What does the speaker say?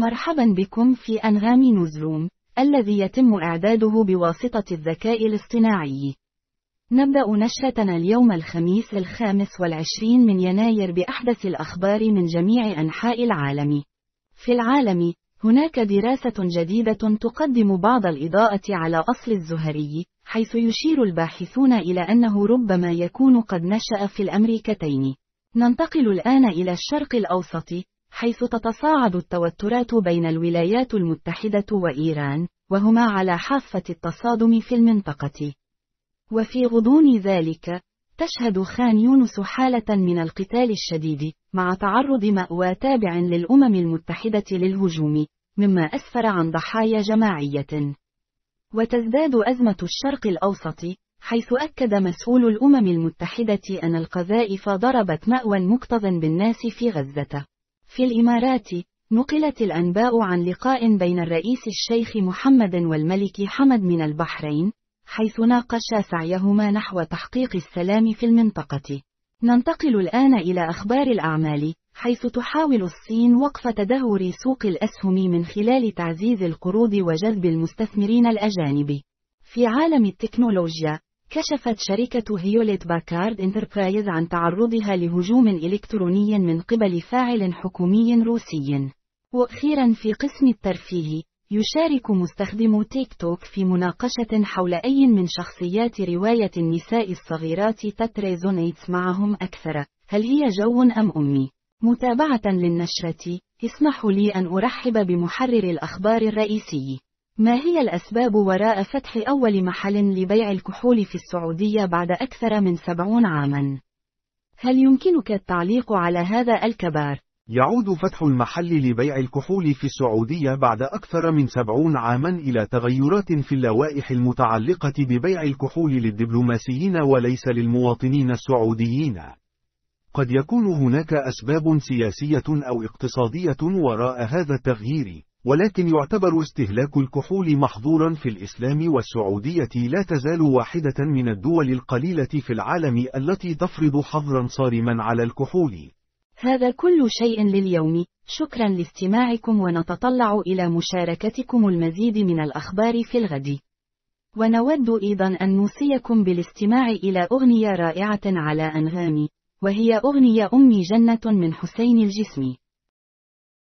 مرحبا بكم في أنغام نيوزروم، الذي يتم إعداده بواسطة الذكاء الاصطناعي. نبدأ نشرتنا اليوم الخميس 25 من يناير بأحدث الأخبار من جميع أنحاء العالم. في العالم، هناك دراسة جديدة تقدم بعض الإضاءة على أصل الزهري، حيث يشير الباحثون إلى أنه ربما يكون قد نشأ في الأمريكتين. ننتقل الآن إلى الشرق الأوسط، حيث تتصاعد التوترات بين الولايات المتحدة وإيران، وهما على حافة التصادم في المنطقة. وفي غضون ذلك، تشهد خان يونس حالة من القتال الشديد، مع تعرض مأوى تابع للأمم المتحدة للهجوم، مما أسفر عن ضحايا جماعية. وتزداد أزمة الشرق الأوسط، حيث أكد مسؤول الأمم المتحدة أن القذائف ضربت مأوى مكتظ بالناس في غزة. في الإمارات، نقلت الأنباء عن لقاء بين الرئيس الشيخ محمد والملك حمد من البحرين، حيث ناقشا سعيهما نحو تحقيق السلام في المنطقة. ننتقل الآن إلى أخبار الأعمال، حيث تحاول الصين وقف تدهور سوق الأسهم من خلال تعزيز القروض وجذب المستثمرين الأجانب. في عالم التكنولوجيا، كشفت شركة هيوليت باكارد انتربرايز عن تعرضها لهجوم إلكتروني من قبل فاعل حكومي روسي. وأخيرا في قسم الترفيه، يشارك مستخدمو تيك توك في مناقشة حول أي من شخصيات رواية النساء الصغيرات تتريزونيتس معهم أكثر، هل هي جو أم أمي؟ متابعة للنشرة، اسمحوا لي أن أرحب بمحرر الأخبار الرئيسي. ما هي الأسباب وراء فتح أول محل لبيع الكحول في السعودية بعد أكثر من 70 عاما؟ هل يمكنك التعليق على هذا الكبار؟ يعود فتح المحل لبيع الكحول في السعودية بعد أكثر من 70 عاما إلى تغيرات في اللوائح المتعلقة ببيع الكحول للدبلوماسيين وليس للمواطنين السعوديين. قد يكون هناك أسباب سياسية أو اقتصادية وراء هذا التغيير، ولكن يعتبر استهلاك الكحول محظورا في الإسلام، والسعودية لا تزال واحدة من الدول القليلة في العالم التي تفرض حظرا صارما على الكحول. هذا كل شيء لليوم، شكرا لاستماعكم، ونتطلع إلى مشاركتكم المزيد من الأخبار في الغد. ونود أيضا أن نوصيكم بالاستماع إلى أغنية رائعة على أنغامي، وهي أغنية أمي جنة من حسين الجسمي.